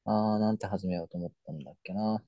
なんて始めようと思ったんだっけな。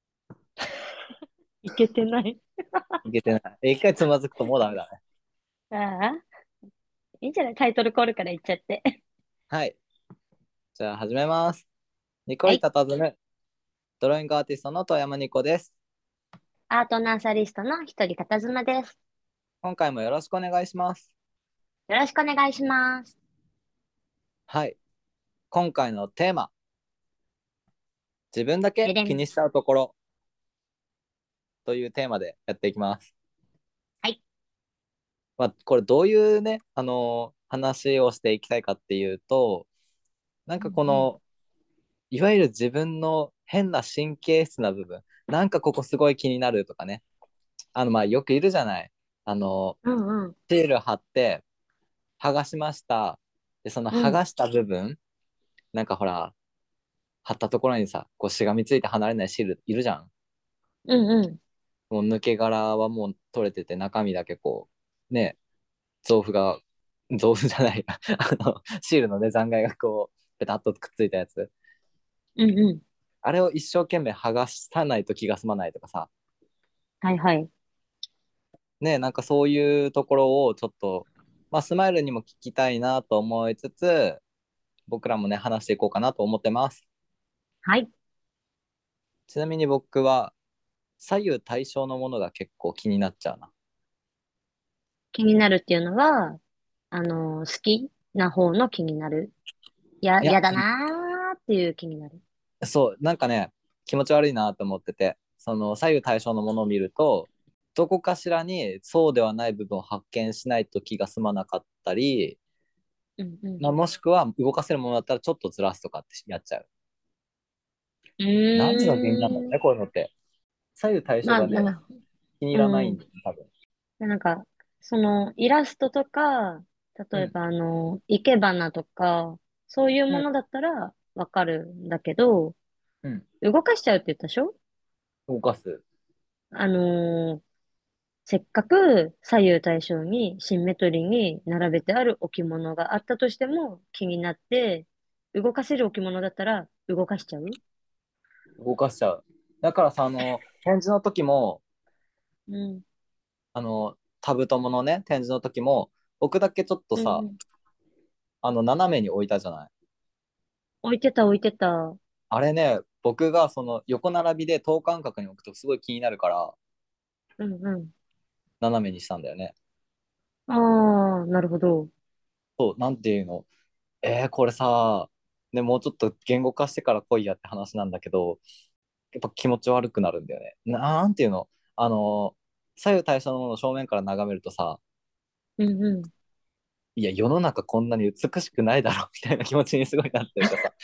いけてない。 いけてない。一回つまずくともうダメだね。 ああ、いいんじゃない？タイトルコールから言っちゃって。 はい。じゃあ始めます。ニコリはい。 たたずむ、ドローイングアーティストの遠山ニコです。 アートナーサリストの一人片妻です。 今回もよろしくお願いします。 よろしくお願いします。 はい。今回のテーマ、自分だででん。 け気にしちゃうところというテーマでやっていきます。 はい。 まあ、これどういうね、話をしていきたいかっていうと、なんかこうん、 の、いわゆる自分の変な神経質な部分、なんかここすごい気になるとかね、まあ、よくいるじゃない。 うん。うんうん。 シール貼って、剥がしました。で、そのうん。 剥がした部分、なんかほら、貼ったところにさ、こうしがみついて離れないシールいるじゃん。 うんうん。 もう抜け殻はもう取れてて、中身だけこう、ね、臓腑が、臓腑じゃないシールのね、残骸がこう、ペタッとくっついたやつ。 うんうん。 あれを一生懸命剥がさないと気が済まないとかさ、 はいはい。 ね、なんかそういうところをちょっと、まあ、スマイルにも聞きたいなと思いつつ、僕らもね、話していこうかなと思ってます。 はい。 ちなみに僕は、左右対称のものが結構気になっちゃうな。 気になるっていうのは、好きな方の気になる。 いや、 やだなーっていう気になる。 そう、なんかね、気持ち悪いなと思ってて、その左右対称のものを見ると、どこかしらにそうではない部分を発見しないと気が済まなかったり、 うんうん。 まあ、もしくは動かせるものだったらちょっとずらすとかってやっちゃう。 う何が原因なんだろうね、 ーん。 こういうのって。左右対称まあ、 がね、気に入らないうん。 んだよ、多分。 なんか、そのイラストとか、 うん。 例えば生け花とか、そういううん。 ものだったらわかるんだけど、 うん。 動かしちゃうって言ったでしょ？ 動かす。 あのーせっかく左右対称にシンメトリーに並べてある置物があったとしても気になって、動かせる置物だったら動かしちゃう。 動かしちゃう。だからさ、展示の時も、 うん。 タブトモのね、展示の時も、僕だけちょっとさ、 うんうん。 斜めに置いたじゃない。 置いてた置いてた。 あれね、僕がその横並びで等間隔に置くとすごい気になるから、 うんうん。 斜めにしたんだよね。 ああ、なるほど。 そう、なんていうの。これさ、ね、もうちょっと言語化してから来いやって話なんだけど、やっぱ気持ち悪くなるんだよね。なんていうの。あの、左右対称のものを正面から眺めるとさ、 うんうん。 いや、世の中こんなに美しくないだろうみたいな気持ちにすごいなってるかさ。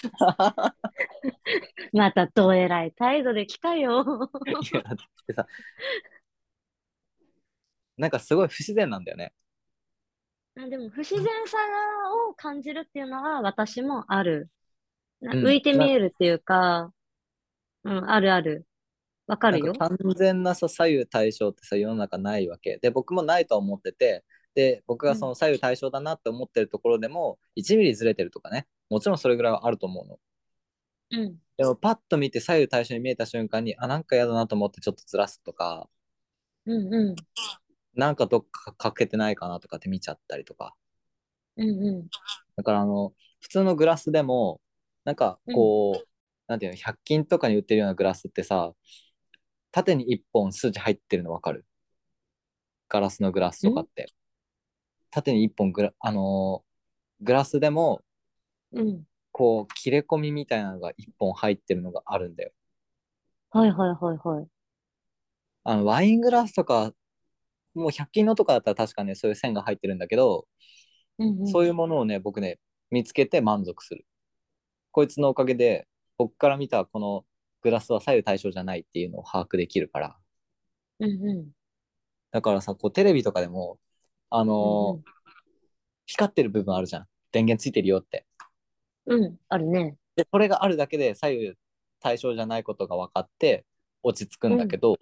またどえらい態度で来たよ。 いや、だってさ、なんかすごい不自然なんだよね。 でも不自然さを感じるっていうのは私もある。浮うん。 いて見えるっていうか、うん、あるある。わかるよ。 なんか完全なさ、左右対称ってさ、世の中ないわけ。で、僕もないと思ってて、で、僕うん、 がその左右対称だなって思ってるところでも、1ミリずれてるとかね、もちろんそれぐらいはあると思うの。 うん、 でも、パッと見て左右対称に見えた瞬間に、なんか嫌だなと思ってちょっとずらすとか、 うん、うん、 なんかどっか欠けてないかなとかって見ちゃったりとか。 うん、うん、 だから、普通のグラスでも、なんかうん、 こう、なんていうの、100均とかに売ってるようなグラスってさ、縦に1本筋入ってるの分かる？ガラスのグラスうん、 とかって。縦に1本グラスでも、 うん。 こう、切れ込みみたいなのが1本入ってるのがあるんだよ。 はいはいはいはい。 ワイングラスとか、もう100均のとかだったら確かね、そういう線が入ってるんだけど、 うん、うん、 そういうものをね、僕ね、見つけて満足する。こいつのおかげで、僕から見たこのグラスは左右対称じゃないっていうのを把握できるから。 うん、うん、 だからさ、こうテレビとかでも、あうん、うのーん。 光ってる部分あるじゃん。電源ついてるよって。 うん、あるね。 で、これがあるだけで左右対称じゃないことが分かって落ち着くんうん、 だけど、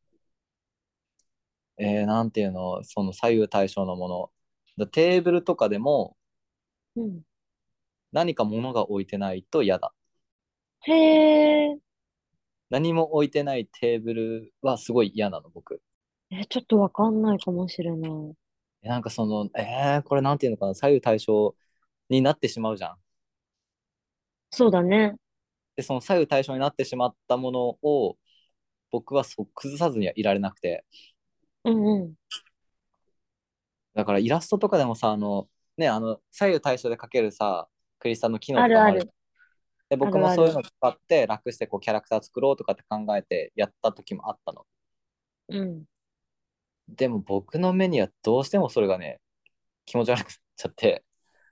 なんていうの、その左右対称のもの。テーブルとかでもうん。 何か物が置いてないと嫌だ。 へえ。 何も置いてないテーブルはすごい嫌なの、僕。 ちょっとわかんないかもしれない。 なんかこれなんていうのかな、左右対称になってしまうじゃん。 そうだね。 で、その左右対称になってしまったものを、僕はそう崩さずにはいられなくて。 うんうん。 だからイラストとかでもさ、左右対称で描けるさ、クリスタルの機能とかもある。 あるある。 で、僕あるある。 もそういうのを使って楽してこうキャラクター作ろうとかって考えてやった時もあったの。 うん。 でも僕の目にはどうしてもそれがね、気持ち悪くなっちゃって、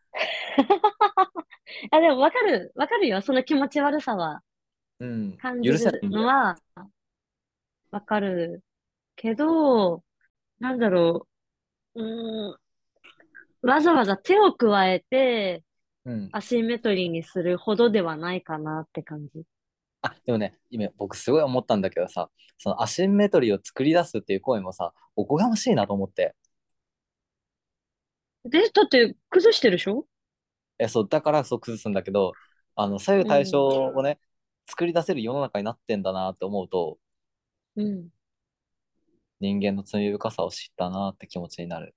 あ、でもわかる。わかるよ。その気持ち悪さはうん、許せな感じるいんだよ。 のはわかるけど、なんだろう。わざわざ手を加えてうん。 アシンメトリーにするほどではないかなって感じ。 あ、でもね、今僕すごい思ったんだけどさ、そのアシンメトリーを作り出すっていう行為もさ、おこがましいなと思って。 で、だって崩してるでしょ？ そう、だからそう崩すんだけど、左右対うん。 称をね、作り出せる世の中になってんだなって思うと、 うん。 人間の罪深さを知ったなって気持ちになる。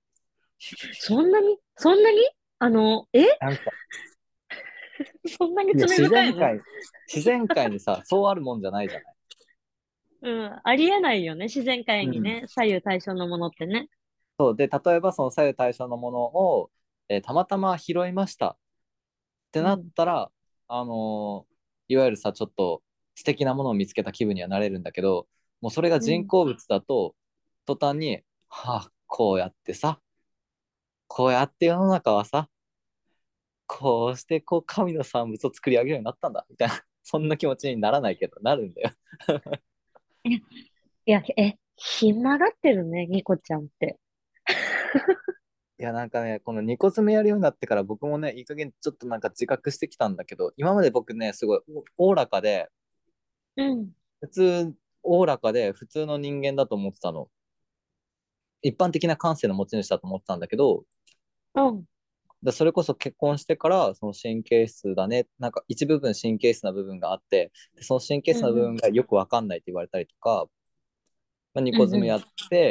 そんなになんか、 そんなにいや、 罪深いの？ 自然界にさ、そうあるもんじゃないじゃない。 うん。ありえないよね。自然界うん。 にね、左右対称のものってね。 そうで、例えばその左右対称のものを、たまたま拾いましたってなっうん。 たら、いわゆるさ、ちょっと素敵なものを見つけた気分にはなれるんだけど、もうそれがうん。 人工物だと、途端に、はあ、こうやってさ、こうやって世の中はさ、こうしてこう神の産物を作り上げるようになったんだ、みたいな、そんな気持ちにならないけど、なるんだよ。 いや、暇がってるね、ニコちゃんって。 いや、なんかね、この2個詰めやるようになってから僕もね、いい加減ちょっとなんか自覚してきたんだけど、今まで僕ね、すごいおおらかで、 うん。 普通、おおらかで普通の人間だと思ってたの。一般的な感性の持ち主だと思ってたんだけど、 うん。 それこそ結婚してから、その神経質だね、なんか一部分神経質な部分があって、でその神経質な部うんうん。 分がよくわかんないって言われたりとか、まあ、2 うんうん。 個詰めやって、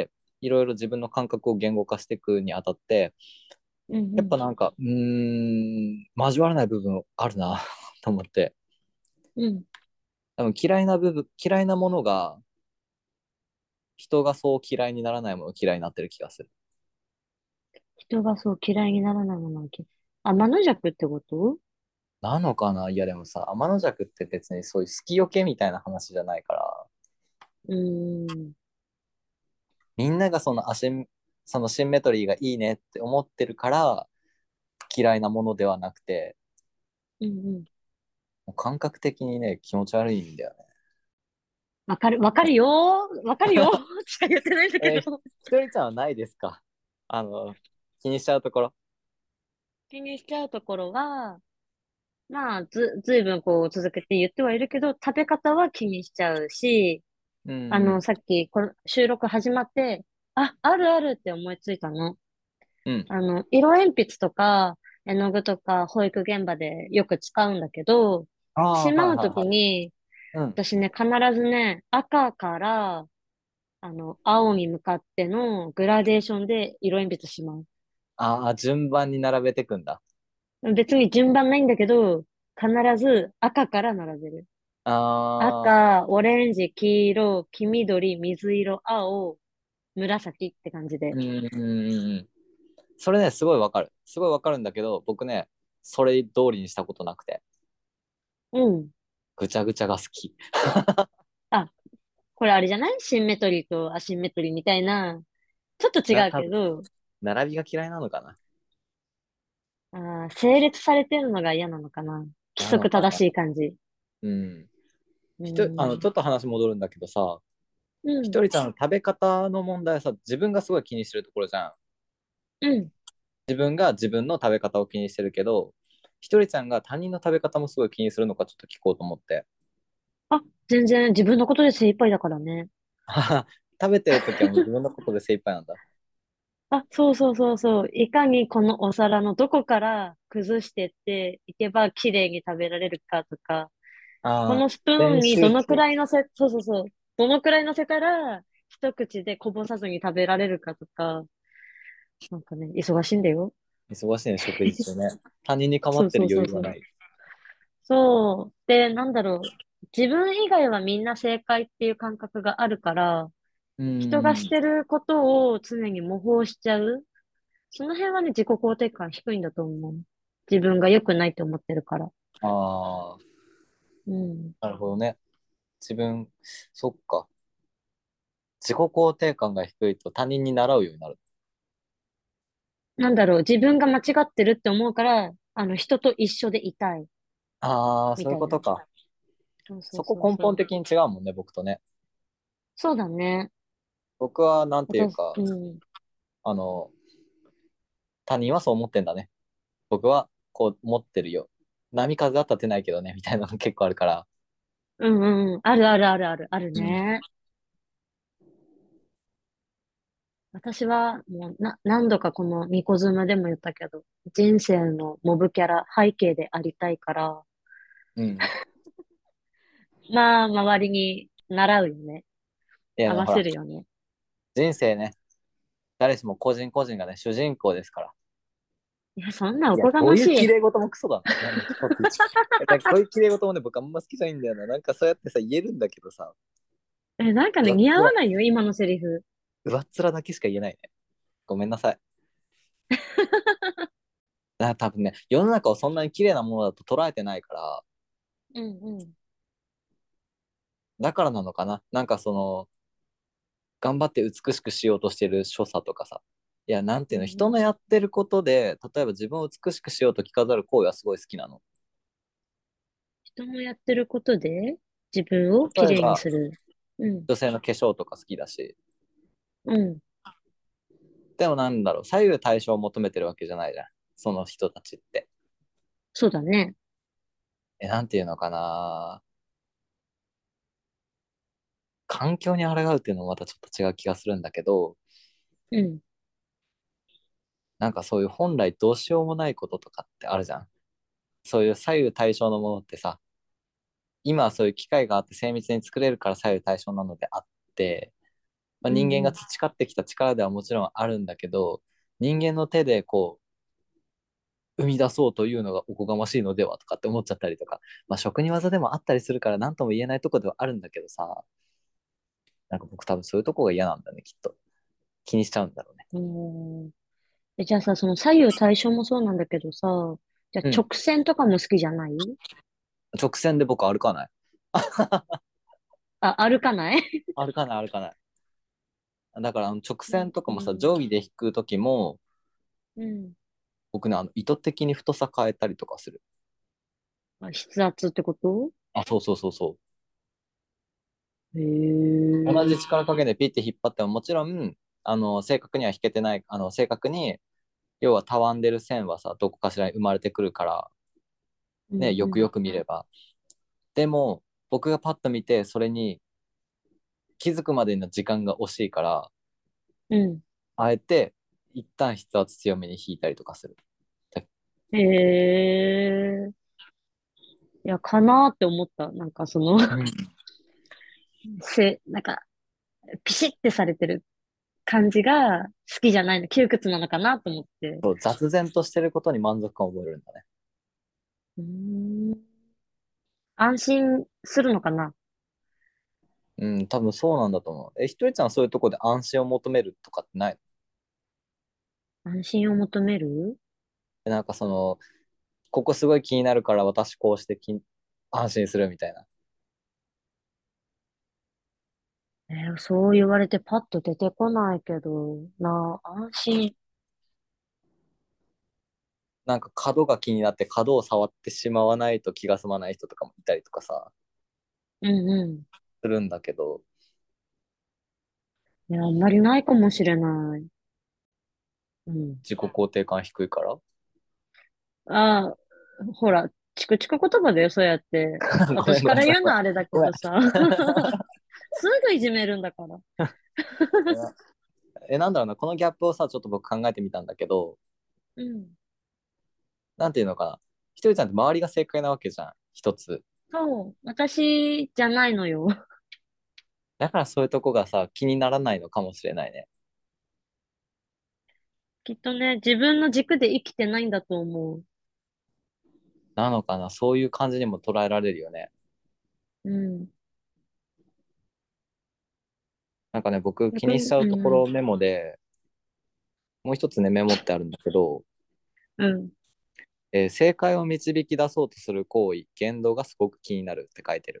いろいろ自分の感覚を言語化していくにあたって、 うんうん。 やっぱなんか、交わらない部分あるなと思って、 うん。 多分嫌いなものが、人がそう嫌いにならないもの嫌いになってる気がする。 人がそう嫌いにならないものは天の弱ってこと？ なのかないやでもさ、天の弱って別にそういう好きよけみたいな話じゃないから、 うーん。 みんながそのシンメトリーがいいねって思ってるから嫌いなものではなくて、 うんうん。 もう感覚的にね、気持ち悪いんだよね。 わかるよわかるよしか言ってないんだけど。 ひとりちゃんはないですか？あの、気にしちゃうところ。 気にしちゃうところは、まあ、ずいぶんこう続けて言ってはいるけど、食べ方は気にしちゃうし、 うんさっきこの収録始まって、あるあるって思いついたの。 うん。うん。 色鉛筆とか、絵の具とか、保育現場でよく使うんだけど、 ああ、 しまうとはいはいはい。 きに、 うん。 私ね、必ずね、赤から、青に向かってのグラデーションで色鉛筆しまう。 ああ、順番に並べてくんだ。 別に順番ないんだけど、必ず赤から並べる。 ああ、 赤、オレンジ、黄色、黄緑、水色、青、紫って感じで。 うん。それね、すごいわかる。すごいわかるんだけど、僕ね、それ通りにしたことなくて、 うん。 ぐちゃぐちゃが好き。 あ、これあれじゃない？シンメトリーとアシンメトリーみたいな。ちょっと違う多分けど、 並びが嫌いなのかな。 整列されてるのが嫌なのかな。規なのかな。 則正しい感じ。 うん。 うん。 ちょっと話戻るんだけどさ、 うん。 ひとりちゃんの食べ方の問題はさ、自分がすごい気にしてるところじゃん。 うん。 自分が自分の食べ方を気にしてるけど、ひとりちゃんが他人の食べ方もすごい気にするのかちょっと聞こうと思って。 全然自分のことで精一杯だからね。 食べてる時はもう自分のことで精一杯なんだ。 そうそうそうそう。いかにこのお皿のどこから崩してっていけば綺麗に食べられるかとか、 ああ、 このスプーン練にどのく習中。 らい乗せ、そうそうそう。どのくらい乗せたら、一口でこぼさずに食べられるかとか、なんかね、忙しいんだよ。 忙しいね、食事中ね。他人に構そうってるそうそうそう。 余裕はない。 そう。で、なんだろう。自分以外はみんな正解っていう感覚があるから、 う人がしん。 てることを常に模倣しちゃう。その辺はね、自己肯定感低いんだと思う。自分が良くないと思ってるから。 ああ、 うん。 なるほどね。自分、そっか。自己肯定感が低いと他人に習うようになる。 なんだろう。自分が間違ってるって思うから、人と一緒でいたい。 ああ、そういうみたいな。 ことか。 そうそうそこそうそう。 根本的に違うもんね、僕とね。 そうだね。 僕はなんていう私、 か、 うん。 あの、他人はそう思ってんだね。僕はこう思ってるよ。波風は立てないけどね、みたいなの結構あるから。 うんうんうん。あるあるあるある。あるうん。いね。私はもう何度かこのミコズムでも言ったけど、人生のモブキャラ、背景でありたいから、 うん。 まあ、周りに習うよね。 いや、 合わほら、 せるよね。 人生ね、誰しも個人個人がね、主人公ですから。 いや、そんなおいや、 こがこういうましい。 綺麗事もクソだな。なんだこいつなんかこういう綺麗事もね、僕あんま好きじゃないんだよな。なんかそうやってさ、言えるんだけどさ、 なんかね、似合上っ面、 わないよ、今のセリフ。 上っ面だけしか言えないね。ごめんなさい。多分ね、世の中をそんなに綺麗なものだと捉えてないから、 うんうん。 だからなのかな。なんかその、頑張って美しくしようとしてる所作とかさ。いや、なんていうの、人うんうん。 のやってることで、例えば自分を美しくしようと着飾る行為はすごい好きなの。 人のやってることで自分をきれいに例えば、 する。うん。 女性の化粧とか好きだし、 うん。 でもなんだろう、左右対称を求めてるわけじゃないじゃん。その人たちって。 そうだね。 なんていうのかな。環境に抗うっていうのもまたちょっと違う気がするんだけど、 うん。 なんかそういう本来どうしようもないこととかってあるじゃん。そういう左右対称のものってさ、今はそういう機械があって精密に作れるから左右対称なのであって、まあ、人間がうんうん。 培ってきた力ではもちろんあるんだけど、人間の手でこう、生み出そうというのがおこがましいのではとかって思っちゃったりとか、まあ職人技でもあったりするから何とも言えないとこではあるんだけどさ、なんか僕多分そういうとこが嫌なんだね、きっと。気にしちゃうんだろうね。 うん。じゃあさ、その左右対称もそうなんだけどさ、じゃあうん。 直線とかも好きじゃない？ 直線で僕歩かない。 あ、歩かない？ 歩かない、歩かない。だから直なん線とかもさ、 うん。 定規で引くときも、 うん。 僕ね、意図的に太さ変えたりとかする。 あ、筆圧ってこと？ あ、そうそうそうそう。 へえ。 同じ力加減でピッて引っ張ってももちろん、正確には引けてない、正確に、要はたわんでる線はさ、どこかしらに生まれてくるから、ね、 うんうん。 よくよく見れば。でも、僕がパッと見て、それに気づくまでの時間が惜しいから、 うん。 あえて、一旦筆圧強めに引いたりとかする。 へえ。いや、かなーって思った。なんかそのうん。 なんか、ピシッてされてる感じが好きじゃないの、窮屈なのかなと思って。 そう、雑然としてることに満足感を覚えるんだね。 うーん。安心するのかな？ うん、多分そうなんだと思う。ひとりちゃんはそういうところで安心を求めるとかってない安心を求める？ なんかその、ここすごい気になるから私こうして安心するみたいな。 そう言われてパッと出てこないけど、安心。 なんか角が気になって角を触ってしまわないと気が済まない人とかもいたりとかさ、 うんうん。 するんだけど、 いや、あんまりないかもしれない。うん。 自己肯定感低いから。 ああ、ほら、チクチク言葉だよ、そうやって。 ごめんごめん私から言うごめんごめん。 のはあれだけごめん。 どさ。すぐいじめるんだから。 なんだろうな、このギャップをさ、ちょっと僕考えてみたんだけど、 うん。 なんていうのかな。ひとりちゃんって周りが正解なわけじゃん。一つ。 そう、私じゃないのよ。 だからそういうとこがさ、気にならないのかもしれないね。 きっとね、自分の軸で生きてないんだと思う。 なのかな、そういう感じにも捉えられるよね。 うん。 なんかね、僕気逆に、 にしちゃうとこうん、 ろメモで、もう一つね、メモってあるんだけど、 うん。 正解を導き出そうとする行為、言動がすごく気になるって書いてる。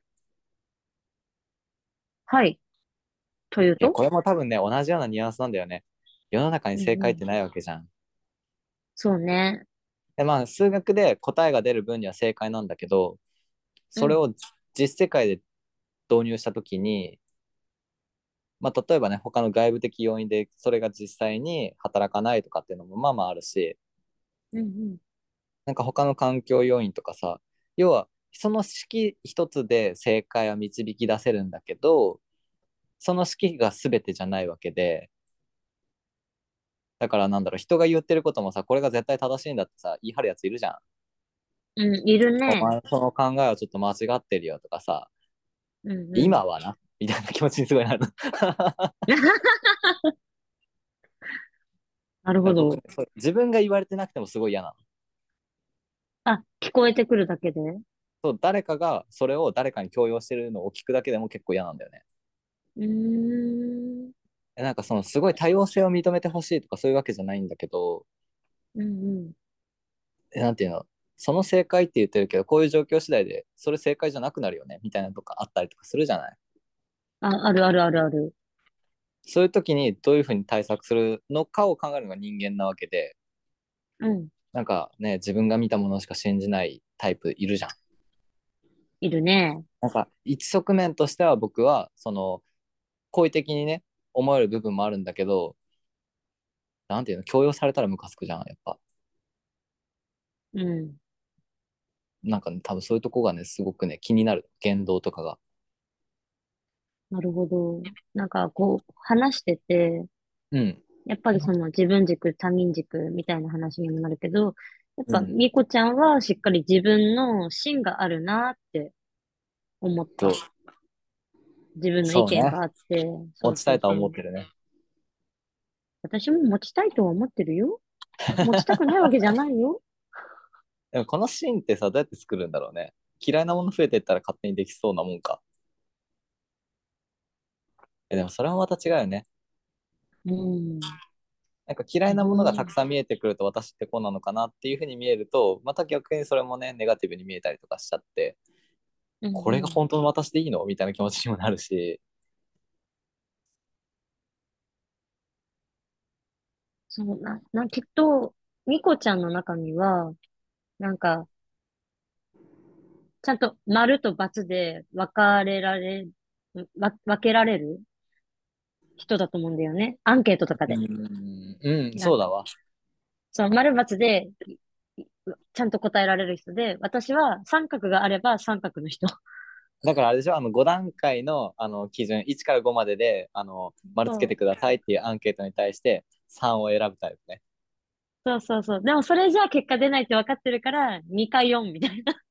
はい。といういや、 と。 これも多分ね、同じようなニュアンスなんだよね。世の中にうんうん。 正解ってないわけじゃん。 そうね。 で、まあ、数学で答えが出る分には正解なんだけど、 うん、 それを実世界で導入したときに、まあ、例えばね、他の外部的要因でそれが実際に働かないとかっていうのもまあまああるし、 うん、 なんか他の環境要因とかさ、要はその式一つで正解は導き出せるんだけど、その式が全てじゃないわけで、だからなんだろう、人が言ってることもさ、これが絶対正しいんだってさ、言い張るやついるじゃん。 うん。うん、いるおね。 前その考えはちょっと間違ってるよとかさ、 うん、うん。 今はな、みたいな気持ちにすごいなる。 なるほど。 僕、そう自分が言われてなくてもすごい嫌なの。 あ、聞こえてくるだけで。 そう、誰かがそれを誰かに強要してるのを聞くだけでも結構嫌なんだよね。 うーん。 なんかそのすごい多様性を認めてほしいとかそういうわけじゃないんだけど、 うん、うん。 なんていうの、その正解って言ってるけど、こういう状況次第でそれ正解じゃなくなるよねみたいなのとかあったりとかするじゃない。 あ、あるあるあるある。 そういう時にどういうふうに対策するのかを考えるのが人間なわけで、 うん。 なんかね、自分が見たものしか信じないタイプいるじゃん。 いるね。 なんか一側面としては僕はその好意的にね思える部分もあるんだけど、なんていうの、強要されたらムカつくじゃん、やっぱ。 うん。 なんかね、多分そういうとこがね、すごくね、気になる。言動とかが。 なるほど。なんかこう、話してて、 うん。 やっぱりその自分軸、他人軸みたいな話にもなるけど、やっぱうん。 みこちゃんはしっかり自分の芯があるなって思っそう。 た。自分の意そうね。 見があって、そう持ちたいとはそうそう。 思ってるね。 私も持ちたいとは思ってるよ。持ちたくないわけじゃないよ。 でもこのシーンってさ、どうやって作るんだろうね。嫌いなもの増えていったら勝手にできそうなもんか。でもそれはまた違うよね。 うん。 なんか嫌いなものがたくうん。 さん見えてくると私ってこうなのかなっていうふうに見えると、また逆にそれもね、ネガティブに見えたりとかしちゃって、 うん。 これがうん。 本当の私でいいのみたいな気持ちにもなるし、 そうきっと、みこちゃんの中には、なんか、ちゃんと丸と×で分けられる人だと思うんだよね。アンケートとかうで。 ん、うん、 なんか、 そうだわ。 そう、丸×で、ちゃんと答えられる人で、私は三角があれば三角の人。 だからあれでしょ、5段階の、基準、1から5までで、丸つけてそう、 くださいっていうアンケートに対して3を選ぶタイプね。 そうそうそう。でもそれじゃ結果出ないって分かってるから、2か4みたいな。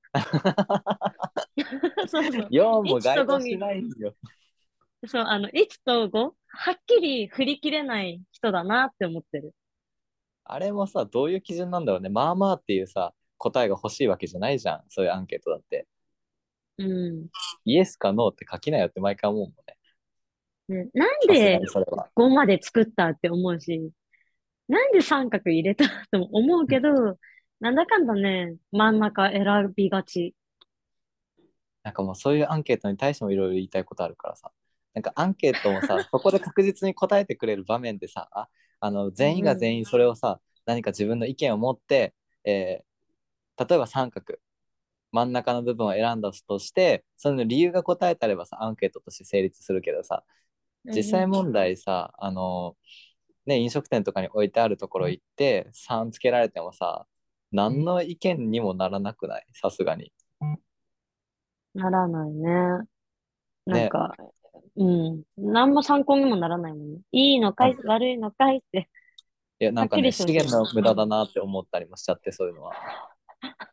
そうそう。 4も 1と5 該当しに、 ないんよ。 そう、1と5、はっきり振り切れない人だなって思ってる。 あれもさ、どういう基準なんだろうね。まあまあっていうさ、答えが欲しいわけじゃないじゃん。そういうアンケートだって。 うん。 イエスかノーって書きなよって毎回思うもんね。 ね、なんさすがでにそれは。 5まで作ったって思うし、なんで三角入れたとも思うけど、なんだかんだね、真ん中選びがち。 なんかもうそういうアンケートに対してもいろいろ言いたいことあるからさ。なんかアンケートもさ、そこで確実に答えてくれる場面でさ、全員うんうん。 が全員それをさ、何か自分の意見を持って、例えば三角、真ん中の部分を選んだとして、その理由が答えてあればさ、アンケートとして成立するけどさ、実うんうん。 際問題さ、ね、飲食店とかに置いてあるところ行って、3つけられてもさ、何の意見にもならなくないさすがに。 ならないね。なんね。 か、うん。何も参考にもならないもんね。いいのかいあ悪いのかいって、 いや、なはっきりんかね、 してほしい。 資源の無うん。 駄だなって思ったりもしちゃって、そういうのは。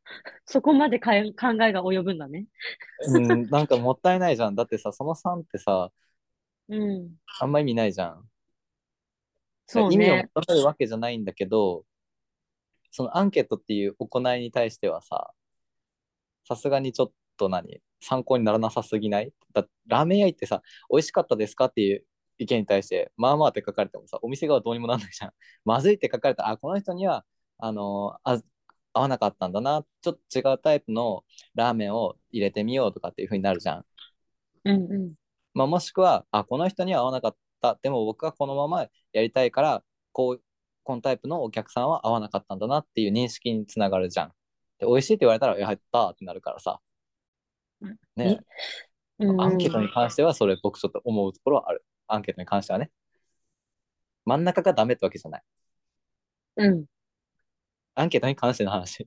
そこまで考えが及ぶんだね。 うん、なんかもったいないじゃん。だってさ、その3ってさ、 うん。 あんま意味ないじゃん。意味をそうね。 求めるわけじゃないんだけど、そのアンケートっていう行いに対してはさ、さすがにちょっと参考にならなさすぎない？ラーメン屋行ってさ、美味しかったですかっていう意見に対して、まあまあって書かれてもさ、お店側はどうにもなんないじゃん。まずいって書かれたら、あ、この人には、合わなかったんだな、ちょっと違うタイプのラーメンを入れてみようとかっていう風になるじゃん。 うんうん。 まあ、もしくは、あ、この人には合わなかった。でも僕はこのままやりたいから、このタイプのお客さんは合わなかったんだなっていう認識につながるじゃん。で、美味しいって言われたら、やったーってなるからさ。 え、 ね、アンうんうん。 ケートに関してはそれ僕ちょっと思うところはある。アンケートに関してはね。真ん中がダメってわけじゃない。 うん。 アンケートに関しての話。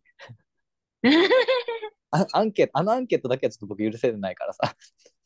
あのアンケートだけはちょっと僕許せないからさ。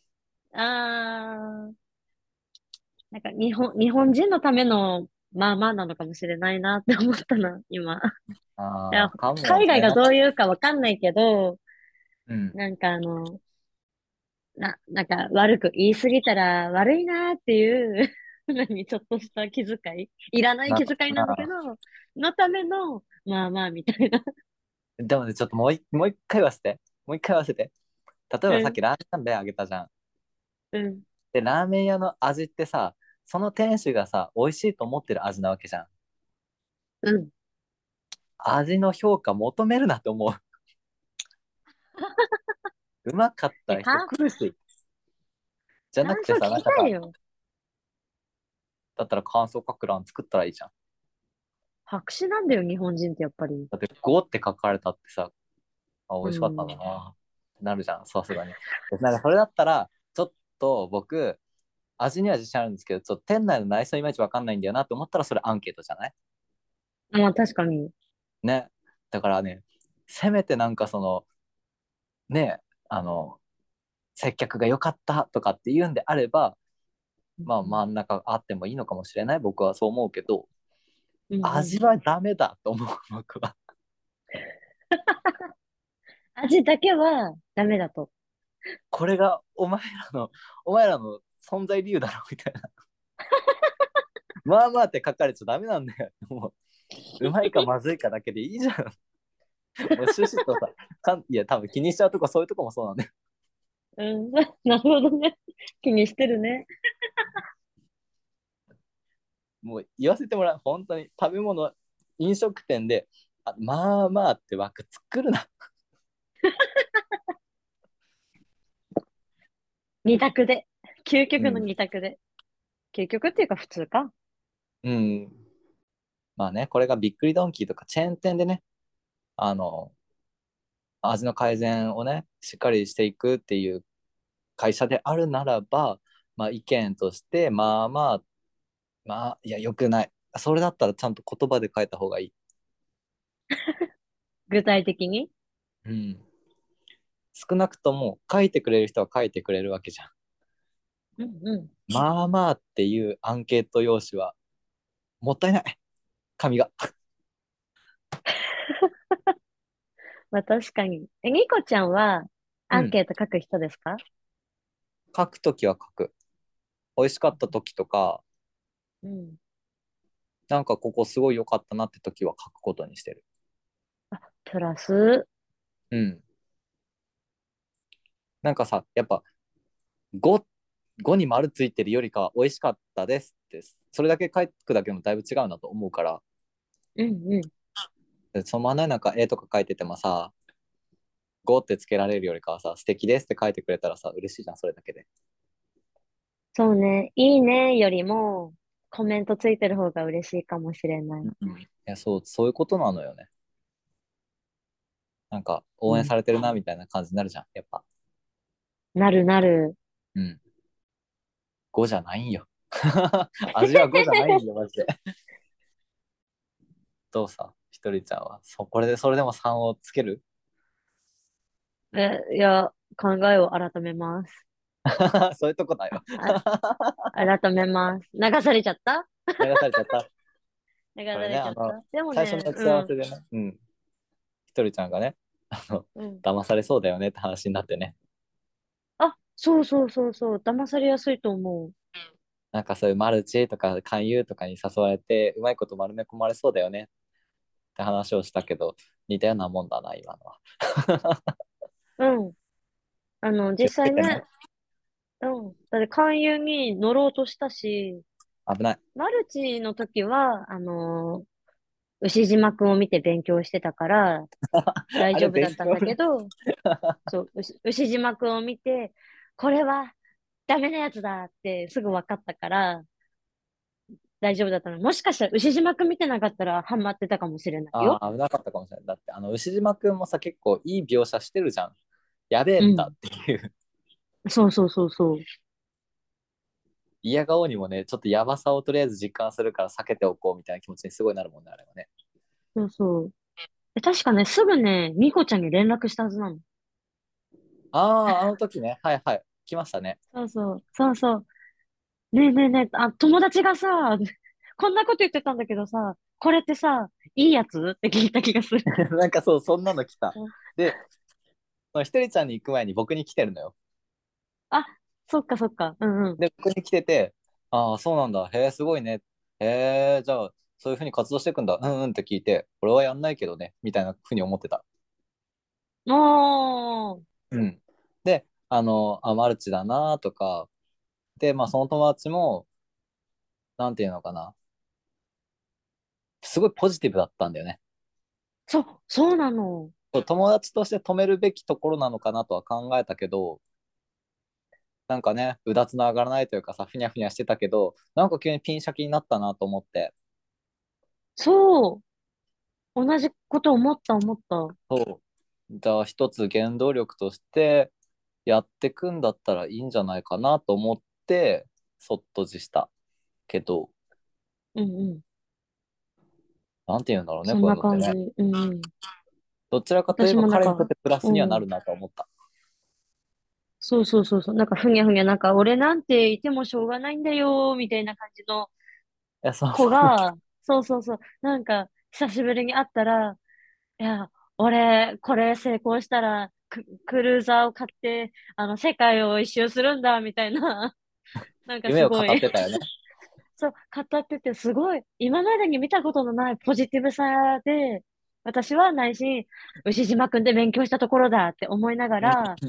あー、なんか日本人のためのまあまあなのかもしれないなって思ったな、今。いや、 ああ、かもね。 海外がどういうかわかんないけど、 うん。 なんかなんか悪く言いすぎたら悪いなっていう何、ちょっとした気遣い、いらないな気遣いなんだけど、のための、まあまあみたいな。 でもね、ちょっともう一回言わせて。もう一回言わせて。例えばさっうん、 きラーメン例あげたじゃん。 うん、 で、ラーメン屋の味ってさ、その店主がさ、美味しいと思ってる味なわけじゃん。 うん。 味の評価求めるなって思う。うまかったえ、 ら人来るし。じゃなくてさ、 感想聞きなんかさ、 たいよ。 だったら感想書く欄作ったらいいじゃん。 白紙なんだよ、日本人ってやっぱり。 だって5って書かれたってさ、あ、美う味しかったんだん。 な。ってなるじゃん、さすがに。でなんかそれだったら、ちょっと僕、味には自信あるんですけど、ちょっと店内の内装いまいちわかんないんだよなって思ったら、それアンケートじゃない？ まあ確かに。 ね。だからね、せめてなんかね、あの、接客が良かったとかって言うんであれば、まあ真ん中あってもいいのかもしれない。僕はそう思うけど、 うんうん。 味はダメだと思う、僕は。 味だけはダメだと。 これがお前らの存在理由だろ、みたいな。まあまあって書かれちゃダメなんだよ。もうまいかまずいかだけでいいじゃん。もう趣旨とさ、いや、多分気にしちゃうとこ、そういうとこもそうなんだよ。 うん。なるほどね。気にしてるね。 もう言わせてもらう。本当に食べ物、飲食店で、まあまあって枠作るな。 二択で。究極のうん。 二択で。究極っていうか普通か。 うん。まあね、これがびっくりドンキーとかチェーン店でね、あの、味の改善をね、しっかりしていくっていう会社であるならば、まあ意見として、いや、良くない。それだったらちゃんと言葉で書いた方がいい。 具体的に。 うん。少なくとも書いてくれる人は書いてくれるわけじゃん。 うんうん。 まあまあっていうアンケート用紙はもったいない。紙が。 まあ確かに。ニコちゃんはアンうん。 ケート書く人ですか？ 書くときは書く。美味しかったときとか、 うん。 なんかここすごい良かったなってときは書くことにしてる。 プラス。 うん。なんかさ、やっぱ5、5に丸ついてるよりかは美味しかったですって、それだけ書くだけでもだいぶ違うなと思うから、 うんうん。 でそのままね、なんか絵とか書いててもさ、5ってつけられるよりかはさ、素敵ですって書いてくれたらさ、嬉しいじゃん、それだけで。 そうね。いいねよりもコメントついてる方が嬉しいかもしれない。 うん。いや、そういうことなのよね。なんか、 うん。 応援されてるな、みたいな感じになるじゃん、やっぱ。 なるなる。 うん。5じゃないんよ。味は5じゃないんよ、マジで。どうさ、ひとりちゃんは。それでも3をつける？ いや、考えを改めます。 そういうとこだよ。 あ、改めます。流されちゃった。 流されちゃった。 流さこれね、 れちゃった。でもね、 最初の打ち合うん。 わせでね、うん。ひとりちゃんがね、 うん。 騙されそうだよねって話になってね。 あ、そうそうそうそう。騙されやすいと思う。 なんかそういうマルチとか勧誘とかに誘われて、うまいこと丸め込まれそうだよねって話をしたけど、似たようなもんだな、今のは。 うん。実気をつけてね。 際ね、うん。だって勧誘に乗ろうとしたし、 危ない。 マルチの時は、牛島くんを見て勉強してたから大あれ、 丈夫だったん勉強。 だけど、そう、牛島くんを見て、これはダメなやつだってすぐ分かったから大丈夫だったの。もしかしたら牛島くん見てなかったらハマってたかもしれないよ。 ああ、危なかったかもしれない。だって、牛島くんもさ、結構いい描写してるじゃん。やべえんだうん。 っていう。 そうそうそうそう。 嫌顔にもね、ちょっとやばさをとりあえず実感するから避けておこうみたいな気持ちにすごいなるもんね、あれはね。 そうそう。確かね、すぐね、ミコちゃんに連絡したはずなの。 ああ、あの時ね。はいはい。来ましたね。 そうそう。そうそう。ねえねえねえ、友達がさ、こんなこと言ってたんだけどさ、これってさ、いいやつって聞いた気がする。 なんかそう、そんなの来た。で、そのひとりちゃんに行く前に僕に来てるのよ。 あ、そっかそっか。うんうん。 で、僕に来てて、ああ、そうなんだ。へえ、すごいね。へえ、じゃあ、そういうふうに活動していくんだ。うんうんって聞いて、俺はやんないけどね、みたいなふうに思ってた。 おー。 うん。で、マルチだなとか、で、まあ、その友達も、なんていうのかな。すごいポジティブだったんだよね。 そうなの。 そう友達として止めるべきところなのかなとは考えたけど、なんかね、うだつの上がらないというかさ、ふにゃふにゃしてたけど、なんか急にピンシャキになったなと思って、 そう。同じこと思った。 そう。じゃあ一つ原動力としてやってくんだったらいいんじゃないかなと思って、そっと辞したけど、 うんうん。 なんて言うんだろうね、 そんこういうのってね。 な感じ。うんうん。 どちらかといえ私ばもなんか、 彼にとってプラスにはうん。 なるなと思った。 そうそうそうそう。なんかふにゃふにゃ、なんか俺なんていてもしょうがないんだよ、みたいな感じのいや、そうそう。 子が、そうそうそう。なんか、久しぶりに会ったら、いや、俺、これ成功したら、クルーザーを買って、世界を一周するんだ、みたいな、なんか夢を語すごい、 ってたよね。 そう、語ってて、すごい、今までに見たことのないポジティブさで、私は内心、牛島くんで勉強したところだって思いながうん。 ら、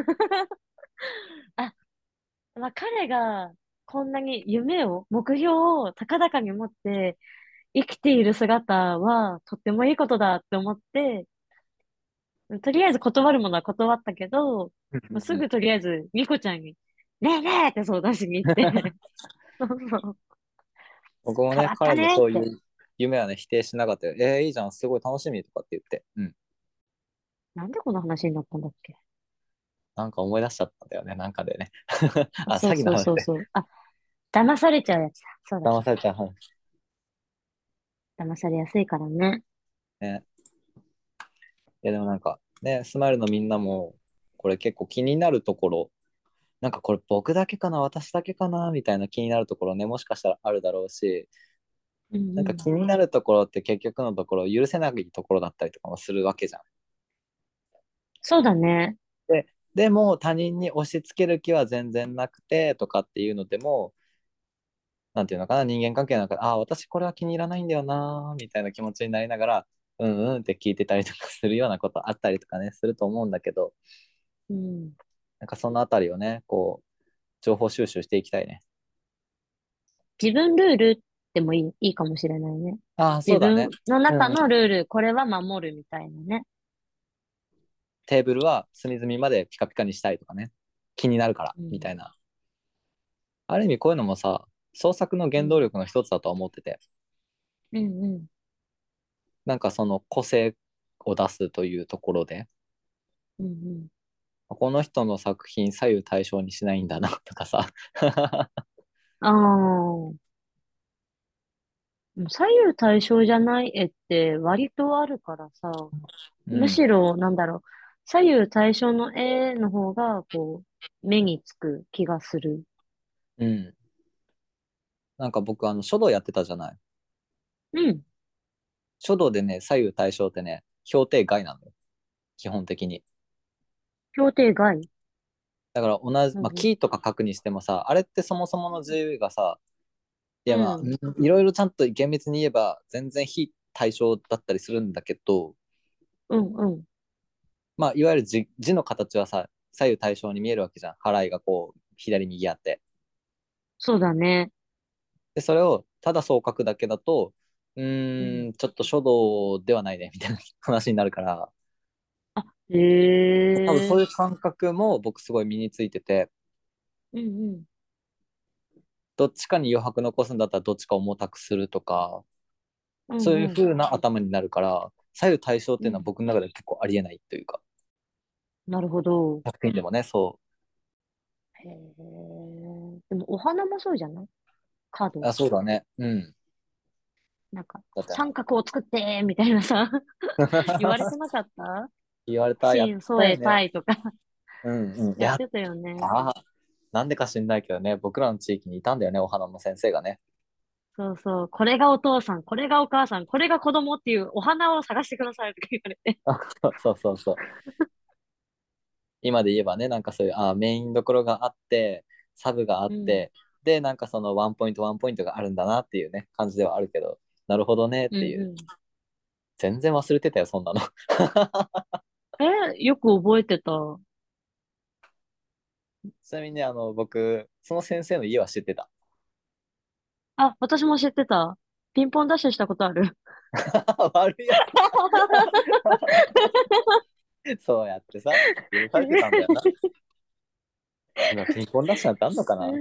あ、まあ、彼がこんなに夢を、目標を高々に持って生きている姿はとってもいいことだって思って、とりあえず断るものは断ったけど、もうすぐとりあえずミコちゃんに、ねえねえって相談しに行って、そうそう、 僕もね、 変わった彼のねって。 そういう夢はね、否定しなかったよ。いいじゃん、すごい楽しみとかって言って。うん。 なんでこの話になったんだっけ？ なんか思い出しちゃったんだよね、なんかでね。あ、詐欺のそうそう話で。 そうそう。あ、騙されちゃうやつだ。そうだそうだ。 騙されちゃう話騙されやすいからね。 ね。でもなんか、ね、スマイルのみんなも、これ結構気になるところ、なんかこれ僕だけかな、私だけかな、みたいな気になるところね、もしかしたらあるだろうし、なんかうんうん。 気になるところって結局のところ許せないところだったりとかもするわけじゃん。 そうだね。 でも他人に押し付ける気は全然なくてとかっていうのでも、なんていうのかな、人間関係の中で、ああ、私これは気に入らないんだよな、みたいな気持ちになりながら、うんうんって聞いてたりとかするようなことあったりとかね、すると思うんだけど、 うん。 なんかそのあたりをね、こう、情報収集していきたいね。 自分ルールでもいいかもしれないね。 ああ、そうだね。 自分の中うんうん。 のルール、これは守るみたいなね。 テーブルは隅々までピカピカにしたいとかね。気になるから、 うん。 みたいな。ある意味こういうのもさ、創作のうん。 原動力の一つだと思ってて、 うんうん。 なんかその個性を出すというところで、 うんうん。 この人の作品左右対称にしないんだなとかさ。 ああ。左右対称じゃない絵って割とあるからさ、むしうん。 ろ、なんだろう、左右対称の絵の方が、こう、目につく気がする。 うん。なんか僕、書道やってたじゃない。 うん。 書道でね、左右対称ってね、表定外なのよ。 基本的に。 協定外。 だから同じ、まあ、 うんうん。 キーとか書くにしてもさ、あれってそもそもの自由がさ、いやまあ、 うん。 いろいろちゃんと厳密に言えば全然非対称だったりするんだけど、 うんうん。 まあ、いわゆる字の形はさ、左右対称に見えるわけじゃん。払いがこう、左右あって。 そうだね。 で、それをただそう書くだけだと、 うん。 ちょっと書道ではないね、みたいな話になるから、 あ、へえ。 多分そういう感覚も僕すごい身についてて、 うんうん。 どっちかに余白残すんだったらどっちか重たくするとか、そういううんうん。 風な頭になるから、左右対称っていうのはうん。 僕の中で結構ありえないというか、 なるほど。 作品でもね、そへえ。でも、お花もそうじゃない？カーう。 ド。 あ、そうだね。うん。 なんか、 だって、 三角を作ってみたいなさ、言われてなかった？ 言われた、やっ芯添えたよね。 たいとかうんうん。 やってたよね。 ああ、なんでか知んないけどね、僕らの地域にいたんだよね、お花の先生がね。 そうそう。これがお父さん、これがお母さん、これが子供っていうお花を探してくださいとか言われて。 そうそうそう。今で言えばね、なんかそういう、メインどころがあって、サブがあうん。 って、で、なんかそのワンポイントワンポイントがあるんだなっていうね、感じではあるけど、なるほどねっていう。 うんう全然忘れてたよ、そんなの。 ん。よく覚えてた。 ちなみにね、僕、その先生の家は知ってた。 あ、私も知ってた。ピンポンダッシュしたことある。 悪いやつ。そうやってさ、許されてたんだよな。今、ピンポンダッシュなんてあんのかな。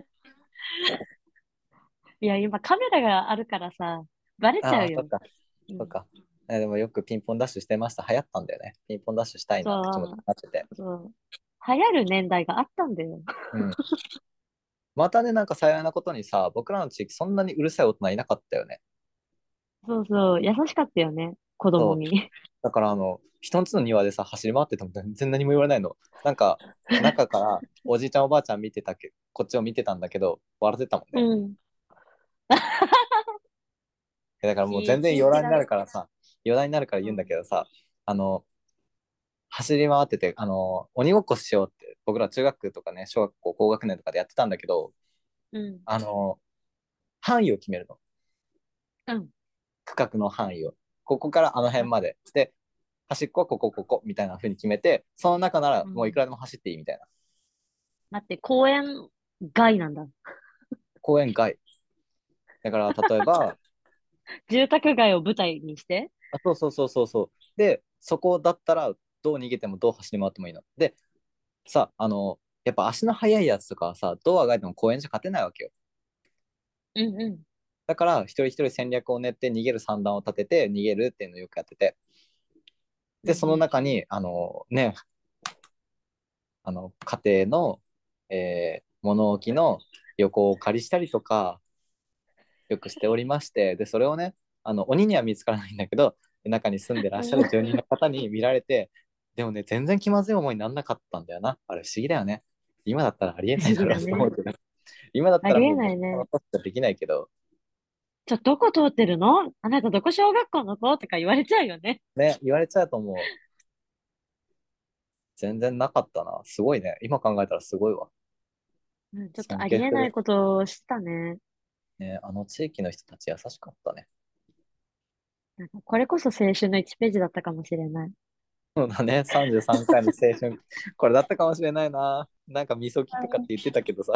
いや、今カメラがあるからさ、バレちゃああ、 うよ。 そっか。 うん。 そっか。でもよくピンポンダッシュしてました。流行ったんだよね。ピンポンダッシュしたいなって気持ちにそなってて。 う、そう。流行る年代があったんだよ。 うん。またね、なんか幸いなことにさ、僕らの地域そんなにうるさい大人いなかったよね。 そうそう、優しかったよね、子供そう。 に。 だから人んちの庭でさ、走り回ってても全然何も言われないの。なんか、中からおじいちゃんおばあちゃん見てたこっちを見てたんだけど、笑ってたもんうね。 ん。 だからもういい全然余談にな地域だ。 るからさ、余談になるから言うんだうん。 けどさ、あの、走り回ってて、鬼ごっこしようって、僕ら中学とかね、小学校高学年とかでやってたんだけど、 うん。 あの、範囲を決めるの。 うん。 区画の範囲を。ここからあの辺あ、 まで。で、端っこはここ、ここ、みたいな風に決めて、その中ならうん。 もういくらでも走っていいみたいな。 待って、公園外なんだ。 公園外。だから、例えば、 住宅街を舞台にして。 そうそうそうそうそう。で、そこだったら、どう逃げてもどう走り回ってもいいの。で、さ、やっぱ足の速いやつとかはさ、どうあがいても公園じゃ勝てないわけよ。 うんうん。 だから、一人一人戦略を練って逃げる算段を立てて逃げるっていうのをよくやってて。で、そのうん中に、ね、家庭の、物置の横をお借りしたりとか、よくしておりまして、で、それをね、鬼には見つからないんだけど、中に住んでらっしゃうん。 る住人の方に見られて、でもね、全然気まずい思いにならなかったんだよな。あれ不思議だよね。今だったらありえ不思ないだろうと思議だね。 うけど、今だっありえたらもう、 ないね。 このことはできないけど、 どこ通ってるの？あなたどこ小学校の子とか言われちゃうよね。 ね、言われちゃうと思う。全然なかったな。すごいね。今考えたらすごいわ。 うん、ちょっと尊ありえ敬する。 ないことをしたね。 ね、あの地域の人たち優しかったね。 なんかこれこそ青春の1ページだったかもしれない。 そうだね、33回の青春。これだったかもしれないな。なんか、みそぎとかって言ってたけどさ。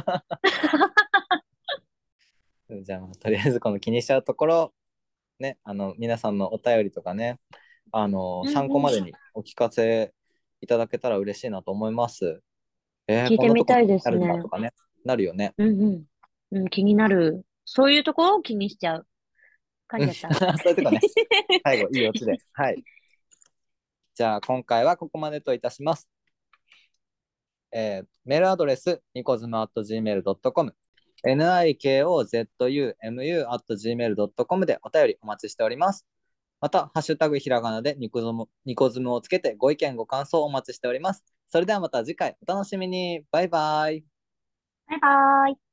じゃあ、とりあえずこの気にしちゃうところ、ね、皆さんのお便りとかね、参考うんうん。 までにお聞かせいただけたら嬉しいなと思います。 聞いこんなとこにてみたいであるんだすね。 とかね、なるよね。 うんうん。うん、気になる。そういうとこを気にしちゃう。噛うん、 んじゃった。 そういうとこね。最後、いいオチで。はい。じゃあ、今回はここまでといたします。メールアドレス、ニコズム at gmail.com、nikozumu at gmail.com でお便りお待ちしております。また、ハッシュタグひらがなでニコズムをつけてご意見ご感想をお待ちしております。それではまた次回お楽しみに。バイバイ。 バイバーイ。